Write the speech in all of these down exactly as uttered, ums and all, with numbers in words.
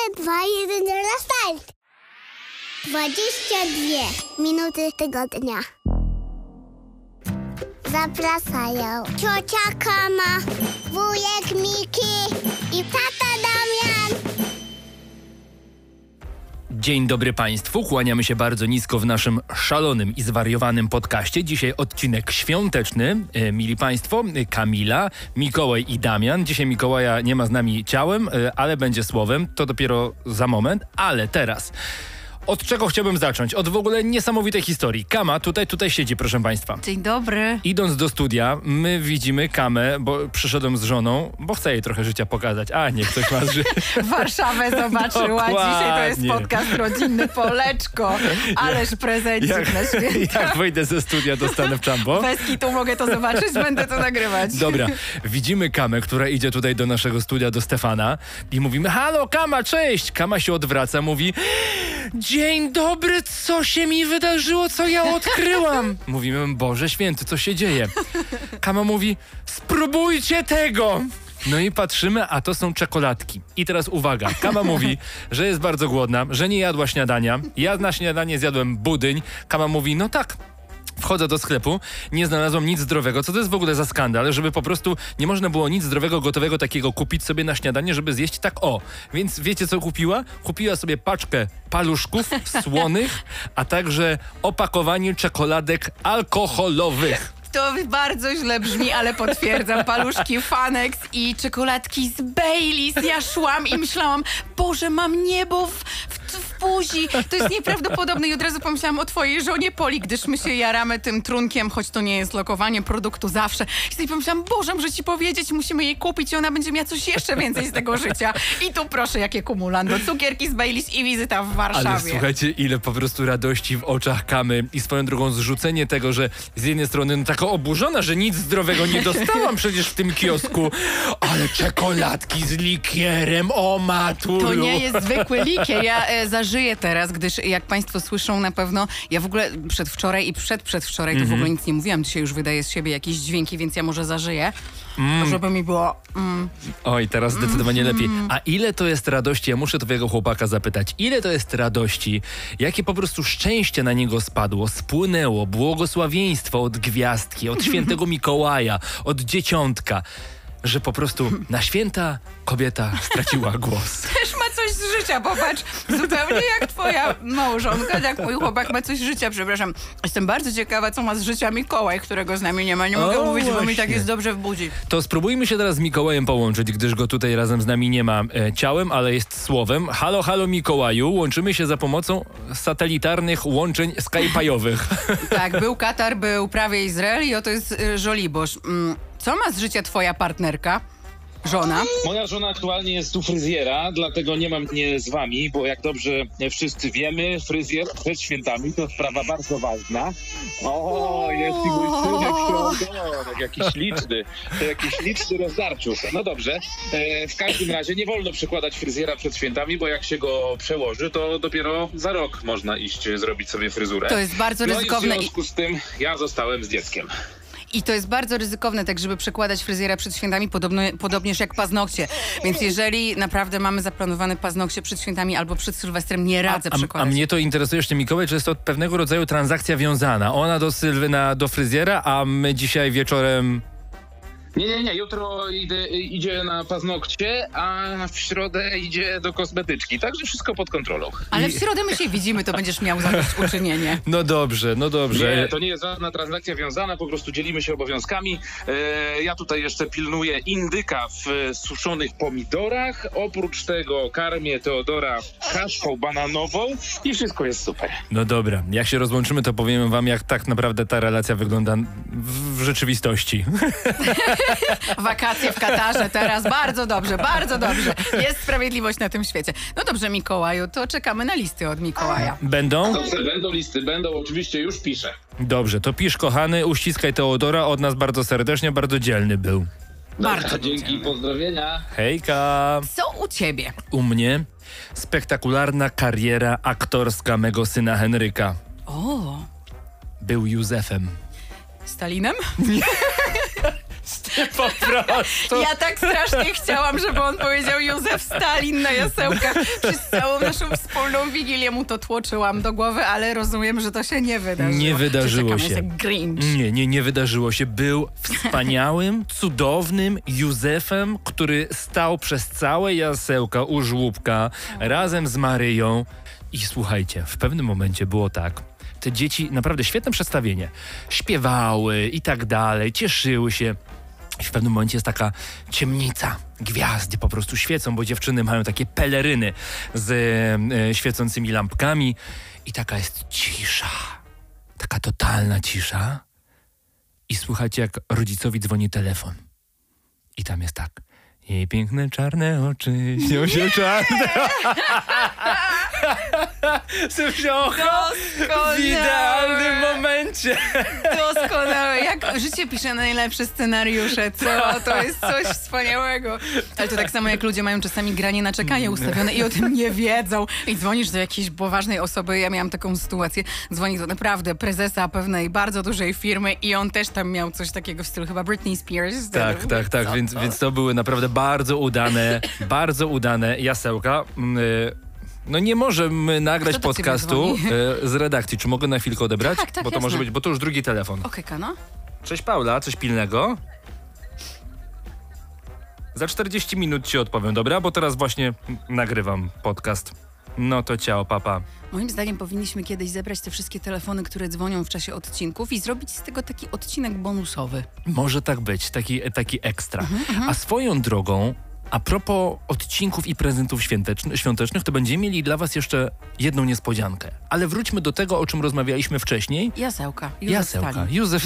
dwa, jeden, start! dwadzieścia dwie minuty tygodnia. Zapraszają ciocia Kama, wujek Miki i tata Damian. Dzień dobry Państwu, kłaniamy się bardzo nisko w naszym szalonym i zwariowanym podcaście. Dzisiaj odcinek świąteczny. E, mili Państwo, Kamila, Mikołaj i Damian. Dzisiaj Mikołaja nie ma z nami ciałem, e, ale będzie słowem. To dopiero za moment, ale teraz... Od czego chciałbym zacząć? Od w ogóle niesamowitej historii. Kama tutaj, tutaj siedzi, proszę Państwa. Dzień dobry. Idąc do studia, my widzimy Kamę, bo przyszedłem z żoną, bo chcę jej trochę życia pokazać. A, nie, ktoś ma ży... Warszawę zobaczyła. Dzisiaj to jest podcast rodzinny Poleczko. Ależ prezencik jak, na święta. Jak wyjdę ze studia, dostanę w czambo. Bez kitu mogę to zobaczyć, będę to nagrywać. Dobra, widzimy Kamę, która idzie tutaj do naszego studia, do Stefana i mówimy: halo Kama, cześć! Kama się odwraca, mówi: dzień dobry, co się mi wydarzyło, co ja odkryłam? Mówimy: Boże święty, co się dzieje? Kama mówi: spróbujcie tego! No i patrzymy, a to są czekoladki. I teraz uwaga, Kama mówi, że jest bardzo głodna, że nie jadła śniadania. Ja na śniadanie zjadłem budyń. Kama mówi: no tak. Wchodzę do sklepu, nie znalazłam nic zdrowego. Co to jest w ogóle za skandal, żeby po prostu nie można było nic zdrowego, gotowego takiego kupić sobie na śniadanie, żeby zjeść tak o. Więc wiecie, co kupiła? Kupiła sobie paczkę paluszków słonych, a także opakowanie czekoladek alkoholowych. To bardzo źle brzmi, ale potwierdzam. Paluszki Fanex i czekoladki z Baileys. Ja szłam i myślałam: Boże, mam niebo w, w, w buzi. To jest nieprawdopodobne. I od razu pomyślałam o twojej żonie Poli, gdyż my się jaramy tym trunkiem, choć to nie jest lokowanie produktu zawsze. I sobie pomyślałam: Boże, muszę ci powiedzieć, musimy jej kupić i ona będzie miała coś jeszcze więcej z tego życia. I tu proszę, jakie kumulando. Cukierki z Baileys i wizyta w Warszawie. Ale słuchajcie, ile po prostu radości w oczach Kamy i swoją drogą zrzucenie tego, że z jednej strony no, taka oburzona, że nic zdrowego nie dostałam przecież w tym kiosku, ale czekoladki z likierem, o matulu. To nie jest zwykły likier. Ja e, zażyję teraz, gdyż jak Państwo słyszą na pewno, ja w ogóle przedwczoraj i przedprzedwczoraj to mm-hmm. w ogóle nic nie mówiłam. Dzisiaj już wydaję z siebie jakieś dźwięki, więc ja może zażyję, mm. żeby mi było... Mm. Oj, teraz zdecydowanie mm. lepiej. A ile to jest radości? Ja muszę twojego chłopaka zapytać. Ile to jest radości? Jakie po prostu szczęście na niego spadło, spłynęło, błogosławieństwo od gwiazdki, od świętego Mikołaja, od dzieciątka, że po prostu na święta kobieta straciła głos. Też ma coś z życia, popatrz. Zupełnie jak twoja małżonka, jak mój chłopak ma coś z życia, przepraszam. Jestem bardzo ciekawa, co ma z życia Mikołaj, którego z nami nie ma. Nie mogę o, mówić, właśnie. bo mi tak jest dobrze w budzi. To spróbujmy się teraz z Mikołajem połączyć, gdyż go tutaj razem z nami nie ma e, ciałem, ale jest słowem. Halo, halo Mikołaju. Łączymy się za pomocą satelitarnych łączeń skype'owych. Tak, był Katar, był prawie Izrael i oto jest y, Żoliborz. Mm. Co ma z życia twoja partnerka? Żona? Moja żona aktualnie jest u fryzjera, dlatego nie mam mnie z wami, bo jak dobrze wszyscy wiemy, fryzjer przed świętami to sprawa bardzo ważna. O, jest i mój synek świątek, jakiś liczny, to jakiś liczny rozdarczuch. No dobrze, e, w każdym razie nie wolno przekładać fryzjera przed świętami, bo jak się go przełoży, to dopiero za rok można iść zrobić sobie fryzurę. To jest bardzo ryzykowne. No i w związku z tym ja zostałem z dzieckiem. I to jest bardzo ryzykowne, tak żeby przekładać fryzjera przed świętami, podobno, podobnież jak paznokcie. Więc jeżeli naprawdę mamy zaplanowane paznokcie przed świętami albo przed Sylwestrem, nie radzę a, a, przekładać. A mnie to interesuje jeszcze, Mikołaj, że jest to pewnego rodzaju transakcja wiązana. Ona do Sylwyna, do fryzjera, a my dzisiaj wieczorem... Nie, nie, nie. Jutro idę, idzie na paznokcie, a w środę idzie do kosmetyczki. Także wszystko pod kontrolą. Ale w środę my się widzimy, to będziesz miał zadośćuczynienie. No dobrze, no dobrze. Nie, to nie jest żadna transakcja wiązana, po prostu dzielimy się obowiązkami. E, ja tutaj jeszcze pilnuję indyka w suszonych pomidorach. Oprócz tego karmię Teodora kaszką bananową i wszystko jest super. No dobra, jak się rozłączymy, to powiemy wam, jak tak naprawdę ta relacja wygląda w, w rzeczywistości. Wakacje w Katarze teraz. Bardzo dobrze, bardzo dobrze. Jest sprawiedliwość na tym świecie. No dobrze, Mikołaju, to czekamy na listy od Mikołaja. Będą? Dobrze, będą listy, będą, oczywiście już piszę. Dobrze, to pisz, kochany, uściskaj Teodora, od nas bardzo serdecznie, bardzo dzielny był. Bardzo dzięki, dzielny. pozdrowienia. Hejka! Co u ciebie? U mnie spektakularna kariera aktorska mego syna Henryka. O, Był Józefem. Stalinem? Po prostu. Ja tak strasznie chciałam, żeby on powiedział Józef Stalin na jasełkach. Przez całą naszą wspólną wigilię mu to tłoczyłam do głowy, ale rozumiem, że to się nie wydarzyło. Nie wydarzyło Czekam, się. jest jak Grinch. Nie, nie, nie wydarzyło się. Był wspaniałym, cudownym Józefem, który stał przez całe jasełka u żłóbka razem z Maryją. I słuchajcie, w pewnym momencie było tak. Te dzieci, naprawdę świetne przedstawienie. Śpiewały i tak dalej, cieszyły się. I w pewnym momencie jest taka ciemnica. Gwiazdy po prostu świecą, bo dziewczyny mają takie peleryny z e, świecącymi lampkami. I taka jest cisza. Taka totalna cisza. I słuchajcie, jak rodzicowi dzwoni telefon. I tam jest tak. Jej piękne czarne oczy śnią się czarne. Słyszocha w idealnym momencie. Doskonałe. Jak życie pisze najlepsze scenariusze, co? To jest coś wspaniałego. Ale to tak samo jak ludzie mają czasami granie na czekanie ustawione i o tym nie wiedzą. I dzwonisz do jakiejś poważnej osoby. Ja miałam taką sytuację. Dzwoni do naprawdę prezesa pewnej bardzo dużej firmy i on też tam miał coś takiego w stylu chyba Britney Spears. Tak, tak, tak. Więc, więc to były naprawdę bardzo udane, bardzo udane jasełka. No nie możemy nagrać Kto do ciebie podcastu dzwoni? z redakcji. Czy mogę na chwilkę odebrać? Tak, tak, bo to jasne. może być, bo to już drugi telefon. Okej, Kano? Cześć Paula, coś pilnego? Za czterdzieści minut ci odpowiem, dobra? Bo teraz właśnie nagrywam podcast. No to ciao, papa. Moim zdaniem powinniśmy kiedyś zebrać te wszystkie telefony, które dzwonią w czasie odcinków i zrobić z tego taki odcinek bonusowy. Może tak być, taki, taki ekstra. A swoją drogą, a propos odcinków i prezentów świąteczny, świątecznych, to będziemy mieli dla was jeszcze jedną niespodziankę. Ale wróćmy do tego, o czym rozmawialiśmy wcześniej. Jasełka. Józef Jasełka. Stalin. Józef.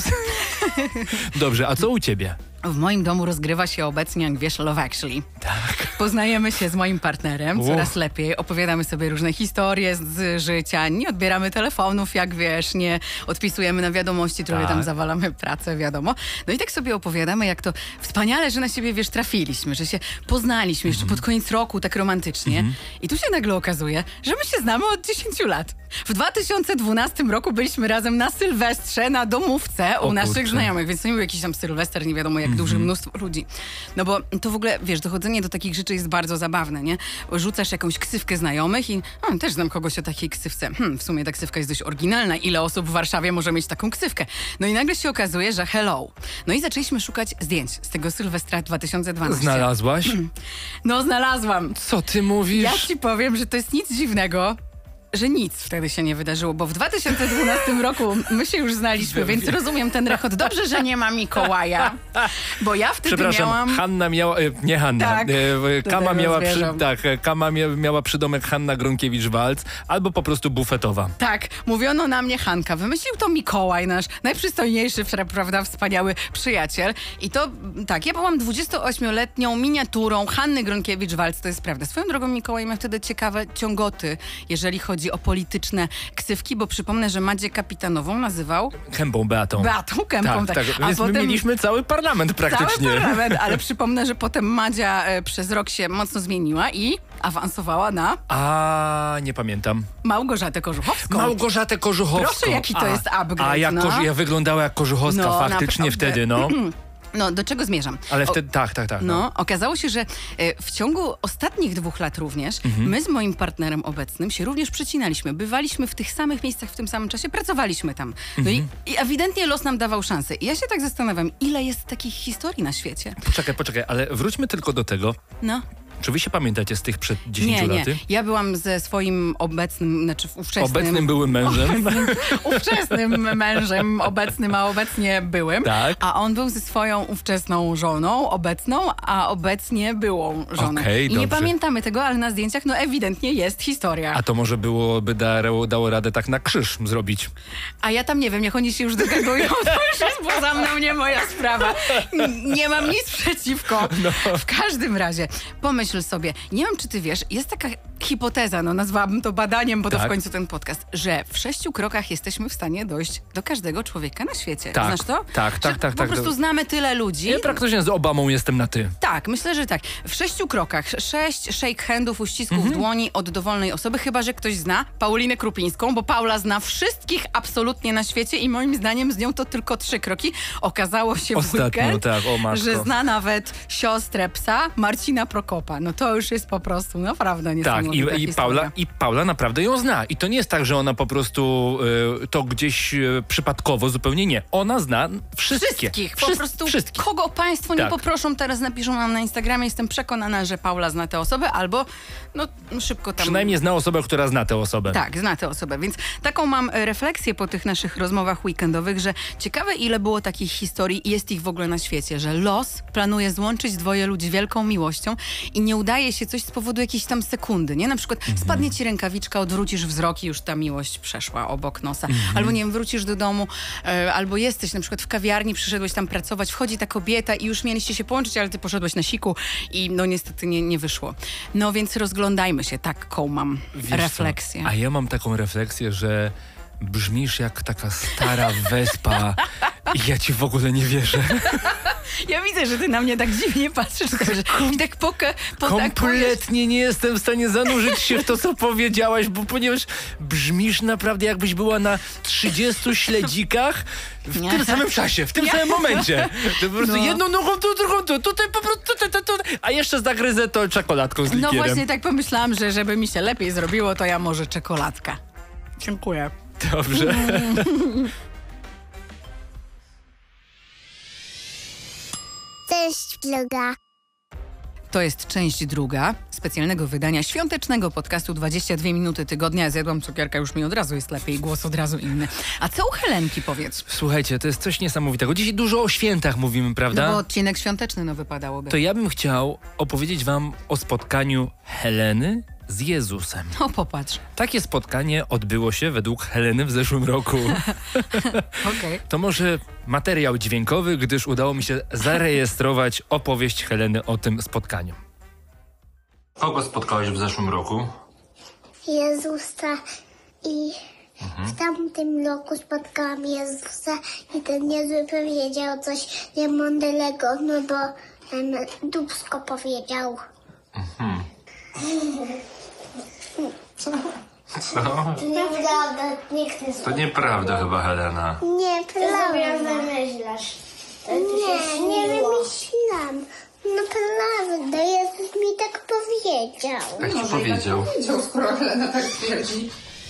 Dobrze, a co u ciebie? W moim domu rozgrywa się obecnie, jak wiesz, Love Actually. Tak. Poznajemy się z moim partnerem Uff. coraz lepiej, opowiadamy sobie różne historie z, z życia, nie odbieramy telefonów, jak wiesz, nie odpisujemy na wiadomości, trochę Tak. tam zawalamy pracę, wiadomo. No i tak sobie opowiadamy, jak to wspaniale, że na siebie, wiesz, trafiliśmy, że się poznaliśmy jeszcze pod koniec roku tak romantycznie. I tu się nagle okazuje, że my się znamy od dziesięciu lat. W dwa tysiące dwunastym roku byliśmy razem na Sylwestrze, na domówce u O naszych kurczę. znajomych, więc to nie był jakiś tam Sylwester, nie wiadomo jak duży, mnóstwo ludzi. No bo to w ogóle, wiesz, dochodzenie do takich rzeczy jest bardzo zabawne, nie? Rzucasz jakąś ksywkę znajomych i a, też znam kogoś o takiej ksywce. Hm, w sumie ta ksywka jest dość oryginalna. Ile osób w Warszawie może mieć taką ksywkę? No i nagle się okazuje, że hello. No i zaczęliśmy szukać zdjęć z tego Sylwestra dwa tysiące dwunastego. Znalazłaś? No znalazłam. Co ty mówisz? Ja ci powiem, że to jest nic dziwnego, że nic wtedy się nie wydarzyło, bo w dwa tysiące dwunastym roku my się już znaliśmy, więc rozumiem ten rechot. Dobrze, że nie ma Mikołaja, bo ja wtedy Przepraszam, miałam... Hanna miała, e, nie Hanna, Tak, e, do Kama tego miała, przy, zmierzam. tak, e, Kama mia, miała przydomek Hanna Gronkiewicz-Walc albo po prostu bufetowa. Tak, mówiono na mnie Hanka. Wymyślił to Mikołaj, nasz najprzystojniejszy, prawda, wspaniały przyjaciel. I to, tak, ja byłam dwudziestoośmioletnią miniaturą Hanny Gronkiewicz-Walc, to jest prawda. Swoją drogą Mikołaj miał wtedy ciekawe ciągoty, jeżeli chodzi o polityczne ksywki, bo przypomnę, że Madzię Kapitanową nazywał Kępą Beatą. Beatą Kępą. Tak, Tak, tak. A Więc potem... my mieliśmy cały parlament praktycznie. Cały parlament, ale przypomnę, że potem Madzia e, przez rok się mocno zmieniła i awansowała na A, nie pamiętam. Małgorzatę Kożuchowską. Małgorzatę Kożuchowską. Proszę, jaki to A, jest upgrade, A jak, no. kożu, jak wyglądała jak Kożuchowska No, faktycznie naprawdę. wtedy, no. No, do czego zmierzam? Ale O- wtedy, tak, tak, tak. No. No, okazało się, że e, w ciągu ostatnich dwóch lat również Mhm. my z moim partnerem obecnym się również przecinaliśmy. Bywaliśmy w tych samych miejscach w tym samym czasie, pracowaliśmy tam. No Mhm. i, i ewidentnie los nam dawał szansę. I ja się tak zastanawiam, ile jest takich historii na świecie. Poczekaj, poczekaj, ale wróćmy tylko do tego. No. Czy wy się pamiętacie z tych przed dziesięciu Nie, nie. laty? Ja byłam ze swoim obecnym, znaczy ówczesnym... Obecnym byłym mężem. ówczesnym mężem, obecnym, a obecnie byłym. Tak. A on był ze swoją ówczesną żoną, obecną, a obecnie byłą żoną. Okej, I nie dobrze. pamiętamy tego, ale na zdjęciach no ewidentnie jest historia. A to może byłoby dało, dało radę tak na krzyż zrobić. A ja tam nie wiem, jak oni się już dogadują, to już jest poza mną nie moja sprawa. N- Nie mam nic przeciwko. No. W każdym razie, pomyśl sobie, nie wiem, czy ty wiesz, jest taka hipoteza, no nazwałabym to badaniem, bo to Tak. w końcu ten podcast, że w sześciu krokach jesteśmy w stanie dojść do każdego człowieka na świecie. Tak, Znasz to? tak, tak, Że tak, Po tak. prostu znamy tyle ludzi. Ja praktycznie z Obamą jestem na ty. Tak, myślę, że tak. W sześciu krokach. Sześć shake handów, uścisków Mhm. dłoni od dowolnej osoby, chyba że ktoś zna Paulinę Krupińską, bo Paula zna wszystkich absolutnie na świecie i moim zdaniem z nią to tylko trzy kroki. Okazało się w Ostatnio, weekend, tak, o matko. że zna nawet siostrę psa Marcina Prokopa. No to już jest po prostu naprawdę Tak, niesamowita i, i, historia. Paula, i Paula naprawdę ją zna. I to nie jest tak, że ona po prostu y, to gdzieś y, przypadkowo, zupełnie nie. Ona zna wszystkie. Wszystkich, po Wszys- prostu wszystkich. kogo państwo nie Tak. poproszą, teraz napiszą nam na Instagramie. Jestem przekonana, że Paula zna tę osobę, albo no szybko tam... Przynajmniej zna osobę, która zna tę osobę. Tak, zna tę osobę, więc taką mam e, refleksję po tych naszych rozmowach weekendowych, że ciekawe ile było takich historii i jest ich w ogóle na świecie, że los planuje złączyć dwoje ludzi wielką miłością i nie udaje się coś z powodu jakiejś tam sekundy, nie? Na przykład Mhm. spadnie ci rękawiczka, odwrócisz wzrok i już ta miłość przeszła obok nosa. Mhm. Albo nie wiem, wrócisz do domu, e, albo jesteś na przykład w kawiarni, przyszedłeś tam pracować, wchodzi ta kobieta i już mieliście się połączyć, ale ty poszedłeś na siku i no niestety nie, nie wyszło. No więc rozglądajmy się, taką mam Wiesz co, refleksję. A ja mam taką refleksję, że brzmisz jak taka stara wespa i ja ci w ogóle nie wierzę. Ja widzę, że ty na mnie tak dziwnie patrzysz, że tak pokę, Kompletnie nie jestem w stanie zanurzyć się w to, co powiedziałaś, bo ponieważ brzmisz naprawdę jakbyś była na trzydziestu śledzikach w Nie. tym samym czasie, w tym samym momencie. To po prostu No. jedną nogą, tu, drugą, tu, tutaj po prostu, tutaj, tutaj, tutaj, a jeszcze zagryzę to czekoladką z No likierem. właśnie tak pomyślałam, że żeby mi się lepiej zrobiło, to ja może czekoladka. Dziękuję. Dobrze. Cześć, vloga. To jest część druga specjalnego wydania świątecznego podcastu dwadzieścia dwie minuty tygodnia. Zjadłam cukierka, już mi od razu jest lepiej, głos od razu inny. A co u Helenki, powiedz? Słuchajcie, to jest coś niesamowitego. Dzisiaj dużo o świętach mówimy, prawda? No bo odcinek świąteczny no wypadałoby. To ja bym chciał opowiedzieć wam o spotkaniu Heleny z Jezusem. No popatrz. Takie spotkanie odbyło się według Heleny w zeszłym roku. Okej. To może materiał dźwiękowy, gdyż udało mi się zarejestrować opowieść Heleny o tym spotkaniu. Kogo spotkałeś w zeszłym roku? Jezusa i w tamtym roku spotkałam Jezusa i ten Jezus powiedział coś niemądrego, no bo em, dupsko powiedział. Co? Nieprawda, nikt nie To nieprawda chyba, Helena. Nieprawda. wymyślasz. Nie, nie wymyślam. Naprawdę, Jezus mi tak powiedział. Jak ci powiedział? skoro Helena tak twierdzi.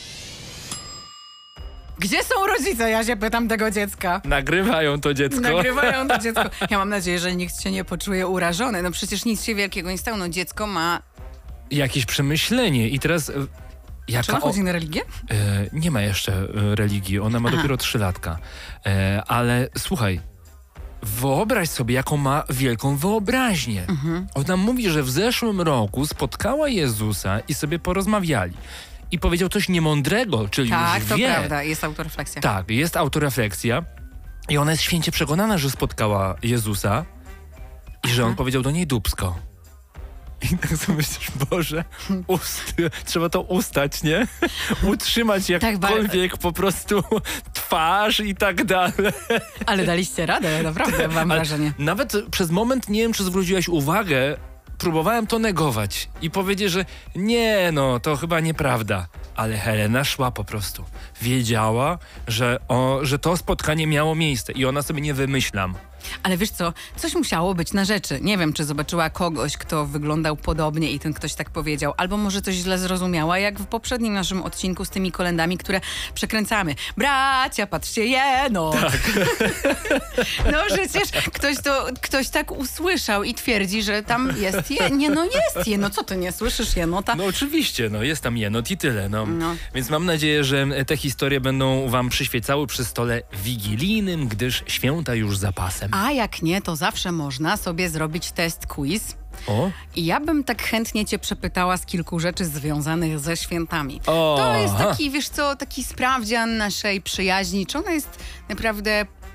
Gdzie są rodzice? Ja się pytam tego dziecka. Nagrywają to dziecko. Nagrywają to dziecko. Ja mam nadzieję, że nikt się nie poczuje urażony. No przecież nic się wielkiego nie stało. No dziecko ma... Jakieś przemyślenie i teraz... e, Czy Jaka ona o... chodzi na religię? E, nie ma jeszcze e, religii, ona ma Aha. dopiero trzy latka. E, ale słuchaj, wyobraź sobie, jaką ma wielką wyobraźnię. Mhm. Ona mówi, że w zeszłym roku spotkała Jezusa i sobie porozmawiali. I powiedział coś niemądrego, czyli Tak, już to wie. prawda. Jest autorefleksja. Tak, jest autorefleksja i ona jest święcie przekonana, że spotkała Jezusa i że on Aha. powiedział do niej dupsko. I tak sobie myślisz, Boże, ust, trzeba to ustać, nie? Utrzymać Tak, ba- jakkolwiek po prostu twarz i tak dalej. Ale daliście radę, naprawdę, mam Ale wrażenie. Nawet przez moment, nie wiem, czy zwróciłaś uwagę, próbowałem to negować i powiedzieć, że nie, no, to chyba nieprawda. Ale Helena szła po prostu. Wiedziała, że, o, że to spotkanie miało miejsce i ona sobie nie wymyślam. Ale wiesz co, coś musiało być na rzeczy. Nie wiem, czy zobaczyła kogoś, kto wyglądał podobnie i ten ktoś tak powiedział. Albo może coś źle zrozumiała, jak w poprzednim naszym odcinku z tymi kolendami, które przekręcamy. Bracia, patrzcie jeno! Tak. No przecież ktoś, to, ktoś tak usłyszał i twierdzi, że tam jest je. Nie, no jest je. No co ty nie słyszysz jenota? No oczywiście, no jest tam jenot i tyle. No. No. Więc mam nadzieję, że te historie będą wam przyświecały przy stole wigilijnym, gdyż święta już za pasem. A jak nie, to zawsze można sobie zrobić test quiz. O, I ja bym tak chętnie cię przepytała z kilku rzeczy związanych ze świętami. O, To jest aha. taki, wiesz co, taki sprawdzian naszej przyjaźni. Czy ona jest naprawdę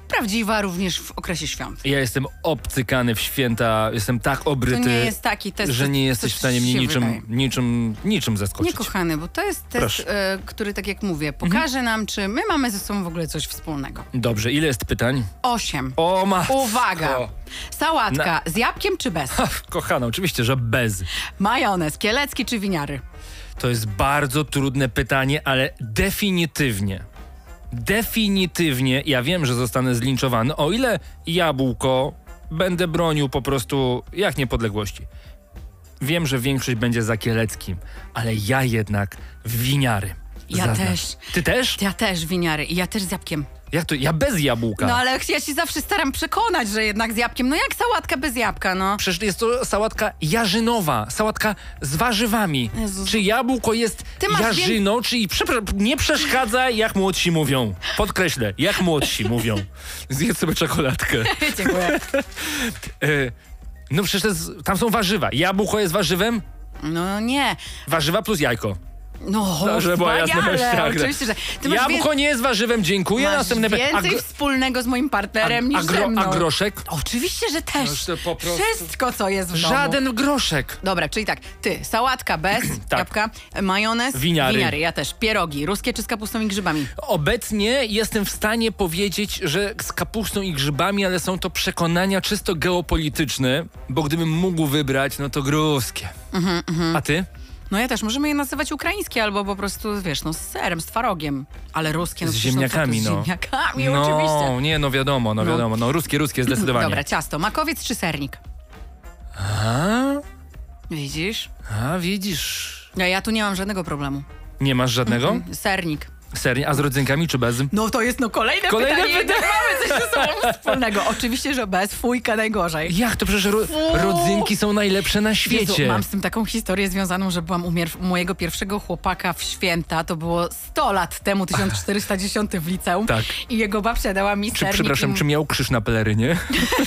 prawdziwa również w okresie świąt. Ja jestem obcykany w święta, jestem tak obryty, To nie jest taki test, że nie co- jesteś co w stanie ci mnie się niczym, wydaje. niczym, niczym zaskoczyć. Nie, kochany, bo to jest test, Proszę. e, który, tak jak mówię, pokaże nam, czy my mamy ze sobą w ogóle coś wspólnego. Dobrze, ile jest pytań? Osiem. O matko! Uwaga! Sałatka z jabłkiem czy bez? Ha, kochana, oczywiście, że bez. Majonez, kielecki czy winiary? To jest bardzo trudne pytanie, ale definitywnie, definitywnie, ja wiem, że zostanę zlinczowany, o ile jabłko będę bronił po prostu jak niepodległości. Wiem, że większość będzie za kieleckim, ale ja jednak w winiary. Ja Zaznacz. też. Ty też? Ja też winiary i ja też z jabłkiem. Jak to? Ja bez jabłka. No ale ja się zawsze staram przekonać, że jednak z jabłkiem. No jak sałatka bez jabłka, no? Przecież jest to sałatka jarzynowa, sałatka z warzywami. Jezus. Czy jabłko jest Ty masz jarzyną, czy i przepra- nie przeszkadza, jak młodsi mówią. Podkreślę, jak młodsi mówią. Zjedz sobie czekoladkę. Dziękuję. E, no przecież to jest, tam są warzywa. Jabłko jest warzywem? No nie. Warzywa plus jajko. No, Dobrze, była wspaniale, jasność, tak. oczywiście, że ty masz, Jabłko nie jest warzywem, dziękuję. masz Następne pytanie. więcej A gro- wspólnego z moim partnerem a, niż a, ze gro- mną. a groszek? Oczywiście, że też. Noż to po prostu- Wszystko, co jest w domu. Żaden groszek. Dobra, czyli tak, ty, sałatka bez Tak. jabłka, majonez, Winiary. ja też, pierogi, ruskie czy z kapustą i grzybami? Obecnie jestem w stanie powiedzieć, że z kapustą i grzybami, ale są to przekonania czysto geopolityczne, bo gdybym mógł wybrać, no to gruzkie. A ty? No ja też, możemy je nazywać ukraińskie albo po prostu, wiesz, no z serem, z twarogiem, ale ruskie. No Z przecież, ziemniakami, no. no. co, Z ziemniakami, No, oczywiście. nie, no wiadomo, no No. wiadomo, no ruskie, ruskie, zdecydowanie. Dobra, ciasto, makowiec czy sernik? A, Widzisz? a widzisz. Ja, ja tu nie mam żadnego problemu. Nie masz żadnego? Sernik. Serio? A z rodzynkami czy bez? No to jest no kolejne, Kolejne pytanie. pytanie. Jednak mamy coś ze sobą wspólnego. Oczywiście, że bez, fujka najgorzej. Jak to? Przecież ro- rodzynki są najlepsze na Jezu, świecie. mam z tym taką historię związaną, że byłam u mier- u mojego pierwszego chłopaka w święta. To było sto lat temu, tysiąc czterysta dziesięć w liceum. Tak. I jego babcia dała mi Czy, sernik. przepraszam, i... czy miał krzyż na pelerynie?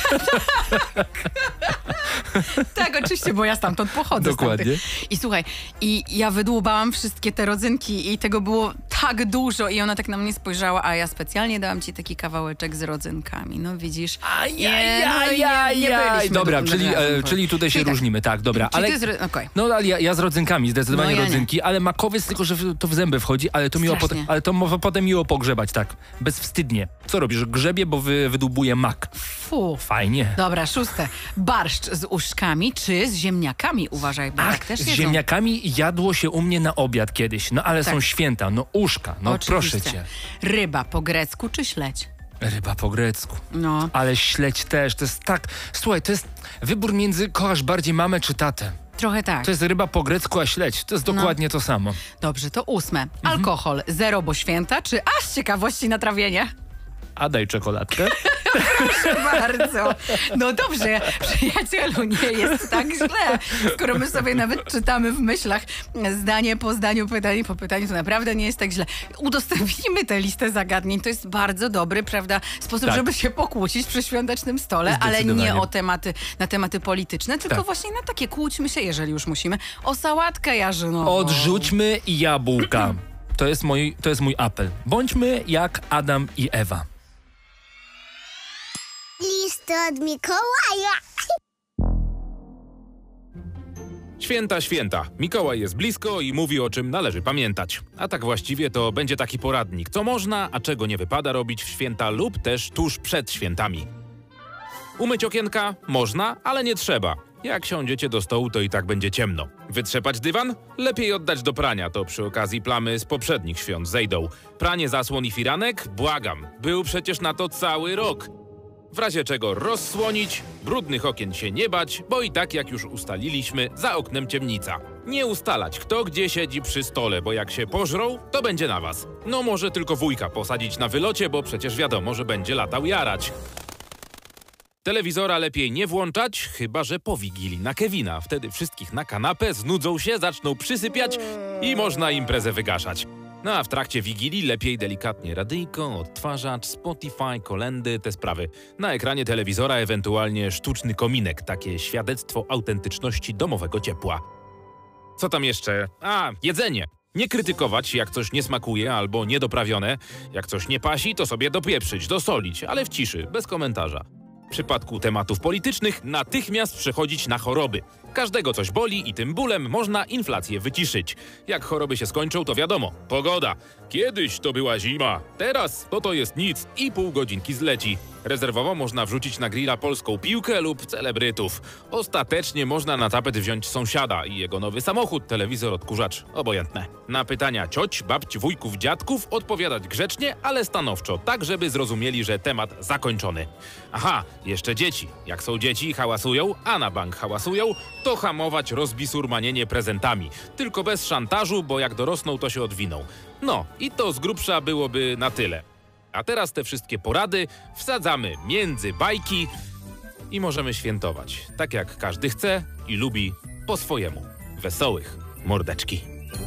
Tak, oczywiście, bo ja stamtąd pochodzę. Dokładnie. Stamtąd. I słuchaj, i ja wydłubałam wszystkie te rodzynki i tego było tak dużo i ona tak na mnie spojrzała, a ja specjalnie dałam ci taki kawałeczek z rodzynkami. No widzisz. Nie, no i nie- nie byliśmy Dobra, do- czyli, razem, e, bo- czyli tutaj się Czyli tak. różnimy, tak, dobra. Czyli Ale, ty z ro- okej. no ale ja, ja z rodzynkami, zdecydowanie No, ja nie. rodzynki, ale makowiec tylko, że w- to w zęby wchodzi, ale to miło, Strasznie. potem, ale to mo- potem miło pogrzebać, tak, bezwstydnie. Co robisz? Grzebie, bo wy, wydłubuje mak. Fu. Fajnie. Dobra, szóste. Barszcz z uszkami czy z ziemniakami, uważaj, bo Ach, tak też z jedzą. ziemniakami jadło się u mnie na obiad kiedyś, no ale Tak. są święta, no uszka, no Oczywiście. proszę cię. Ryba po grecku czy śledź? Ryba po grecku. No. Ale śledź też, to jest tak... Słuchaj, to jest wybór między kochasz bardziej mamę czy tatę. Trochę tak. To jest ryba po grecku, a śledź. To jest No. dokładnie to samo. Dobrze, to ósme. Mhm. Alkohol zero, bo święta, czy aż z ciekawości na trawienie? A daj czekoladkę. Proszę bardzo. No dobrze, przyjacielu, nie jest tak źle. Skoro my sobie nawet czytamy w myślach zdanie po zdaniu, pytanie po pytaniu, to naprawdę nie jest tak źle. Udostępnijmy tę listę zagadnień. To jest bardzo dobry, prawda, sposób, Tak. żeby się pokłócić przy świątecznym stole, ale Zdecydowanie. nie o tematy, na tematy polityczne, tylko Tak. właśnie na takie kłóćmy się, jeżeli już musimy, o sałatkę jarzynową. Odrzućmy jabłka. To jest, mój, to jest mój apel. Bądźmy jak Adam i Ewa. Listy od Mikołaja. Święta, święta. Mikołaj jest blisko i mówi, o czym należy pamiętać. A tak właściwie to będzie taki poradnik, co można, a czego nie wypada robić w święta lub też tuż przed świętami. Umyć okienka? Można, ale nie trzeba. Jak siądziecie do stołu, to i tak będzie ciemno. Wytrzepać dywan? Lepiej oddać do prania, to przy okazji plamy z poprzednich świąt zejdą. Pranie zasłon i firanek? Błagam, był przecież na to cały rok. W razie czego rozsłonić, brudnych okien się nie bać, bo i tak jak już ustaliliśmy, za oknem ciemnica. Nie ustalać, kto gdzie siedzi przy stole, bo jak się pożrą, to będzie na was. No może tylko wujka posadzić na wylocie, bo przecież wiadomo, że będzie latał jarać. Telewizora lepiej nie włączać, chyba że po Wigilii na Kevina. Wtedy wszystkich na kanapę, znudzą się, zaczną przysypiać i można imprezę wygaszać. No a w trakcie Wigilii lepiej delikatnie radyjko, odtwarzacz, Spotify, kolendy, te sprawy. Na ekranie telewizora ewentualnie sztuczny kominek, takie świadectwo autentyczności domowego ciepła. Co tam jeszcze? A, jedzenie. Nie krytykować, jak coś nie smakuje albo niedoprawione. Jak coś nie pasi, to sobie dopieprzyć, dosolić, ale w ciszy, bez komentarza. W przypadku tematów politycznych natychmiast przechodzić na choroby. Każdego coś boli i tym bólem można inflację wyciszyć. Jak choroby się skończą, to wiadomo. Pogoda. Kiedyś to była zima, teraz to to jest nic i pół godzinki zleci. Rezerwowo można wrzucić na grilla polską piłkę lub celebrytów. Ostatecznie można na tapet wziąć sąsiada i jego nowy samochód, telewizor, odkurzacz, obojętne. Na pytania cioć, babć, wujków, dziadków odpowiadać grzecznie, ale stanowczo, tak żeby zrozumieli, że temat zakończony. Aha, jeszcze dzieci. Jak są dzieci i hałasują, a na bank hałasują, to hamować rozbisurmanienie prezentami. Tylko bez szantażu, bo jak dorosną, to się odwiną. No, i to z grubsza byłoby na tyle. A teraz te wszystkie porady wsadzamy między bajki i możemy świętować. Tak jak każdy chce i lubi po swojemu. Wesołych mordeczki.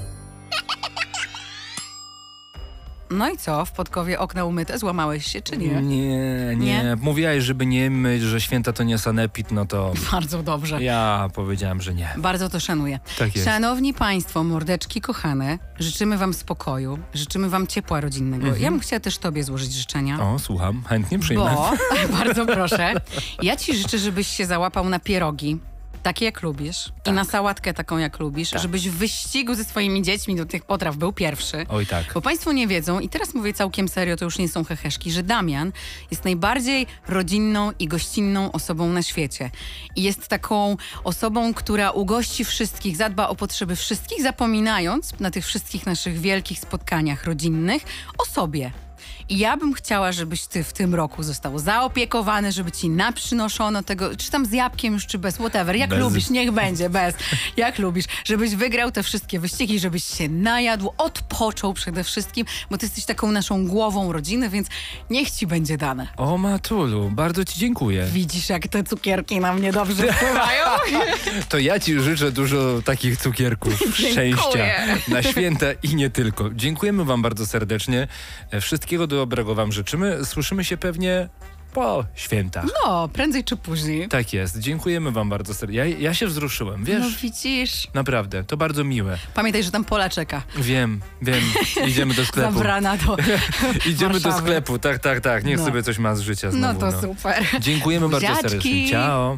No i co? W Podkowie okna umyte? Złamałeś się, czy nie? Nie, nie. Nie? Mówiłaś, żeby nie myć, że święta to nie sanepid, no to Bardzo dobrze. ja powiedziałem, że nie. Bardzo to szanuję. Tak jest. Szanowni Państwo, mordeczki kochane, życzymy Wam spokoju, życzymy Wam ciepła rodzinnego. Mhm. Ja bym chciała też Tobie złożyć życzenia. O, słucham, chętnie przyjmę. Bo, bardzo proszę, ja Ci życzę, żebyś się załapał na pierogi, takie jak lubisz, i na sałatkę taką jak lubisz, żebyś w wyścigu ze swoimi dziećmi do tych potraw był pierwszy. Oj tak. Bo Państwo nie wiedzą, i teraz mówię całkiem serio, to już nie są heheszki, że Damian jest najbardziej rodzinną i gościnną osobą na świecie. I jest taką osobą, która ugości wszystkich, zadba o potrzeby wszystkich, zapominając na tych wszystkich naszych wielkich spotkaniach rodzinnych o sobie. I ja bym chciała, żebyś ty w tym roku został zaopiekowany, żeby ci naprzynoszono tego, czy tam z jabłkiem już, czy bez, whatever, jak Bez. lubisz, niech będzie, bez, jak lubisz, żebyś wygrał te wszystkie wyścigi, żebyś się najadł, odpoczął przede wszystkim, bo ty jesteś taką naszą głową rodziny, więc niech ci będzie dane. O Matulu, bardzo ci dziękuję. Widzisz, jak te cukierki na mnie dobrze wpływają? To ja ci życzę dużo takich cukierków, szczęścia na święta i nie tylko. Dziękujemy wam bardzo serdecznie. Wszystkiego dobrego wam życzymy. Słyszymy się pewnie po świętach. No, prędzej czy później. Tak jest. Dziękujemy wam bardzo serdecznie. Ja, ja się wzruszyłem, wiesz? No widzisz. Naprawdę, to bardzo miłe. Pamiętaj, że tam Pola czeka. Wiem, wiem. Idziemy do sklepu. Zabrana do Idziemy do Warszawy. sklepu, tak, tak, tak. Niech No. sobie coś ma z życia No znowu. to super. Dziękujemy bardzo Buziaczki. serdecznie. Ciao.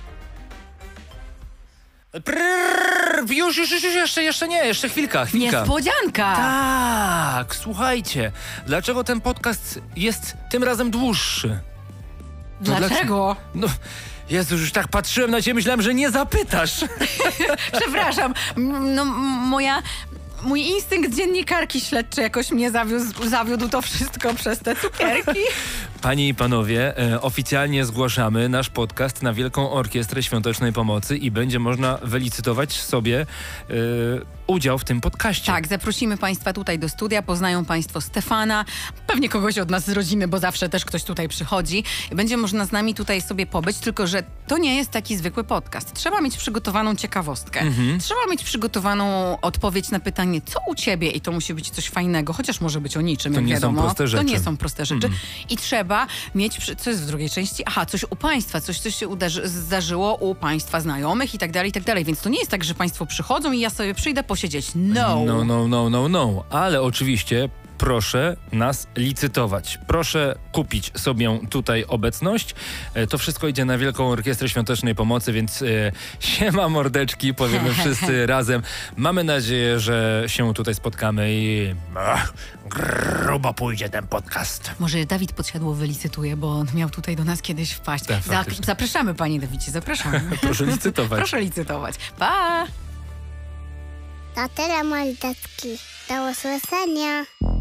Prrr, już, już, już, jeszcze, jeszcze nie, jeszcze chwilka, chwilka. Niespodzianka! Tak, słuchajcie, dlaczego ten podcast jest tym razem dłuższy? No Dlaczego? No, Jezu, już tak patrzyłem na ciebie, myślałem, że nie zapytasz. Przepraszam, m- no m- moja... Mój instynkt dziennikarki śledczej jakoś mnie zawiózł, zawiódł to wszystko przez te cukierki. Panie i panowie, e, oficjalnie zgłaszamy nasz podcast na Wielką Orkiestrę Świątecznej Pomocy i będzie można wylicytować sobie e, udział w tym podcaście. Tak, zaprosimy Państwa tutaj do studia, poznają Państwo Stefana, pewnie kogoś od nas z rodziny, bo zawsze też ktoś tutaj przychodzi. Będzie można z nami tutaj sobie pobyć, tylko że to nie jest taki zwykły podcast. Trzeba mieć przygotowaną ciekawostkę. Mhm. Trzeba mieć przygotowaną odpowiedź na pytanie, co u Ciebie, i to musi być coś fajnego, chociaż może być o niczym, To jak nie są wiadomo. proste rzeczy. To nie są proste rzeczy. Mhm. I trzeba mieć, przy... co jest w drugiej części? Aha, coś u Państwa, coś, coś się udarzy... zdarzyło u Państwa znajomych i tak dalej, i tak dalej. Więc to nie jest tak, że Państwo przychodzą i ja sobie przyjdę posiedzieć. No! No, no, no, no, no. Ale oczywiście proszę nas licytować. Proszę kupić sobie tutaj obecność. E, To wszystko idzie na Wielką Orkiestrę Świątecznej Pomocy, więc e, siema mordeczki, powiemy wszyscy razem. Mamy nadzieję, że się tutaj spotkamy i ach, grubo pójdzie ten podcast. Może Dawid Podsiadło wylicytuje, bo on miał tutaj do nas kiedyś wpaść. Tak, Za, faktycznie. zapraszamy, panie Dawidzie, zapraszamy. Proszę licytować. Proszę licytować. Pa! To tyle mordeczki. Do usłyszenia.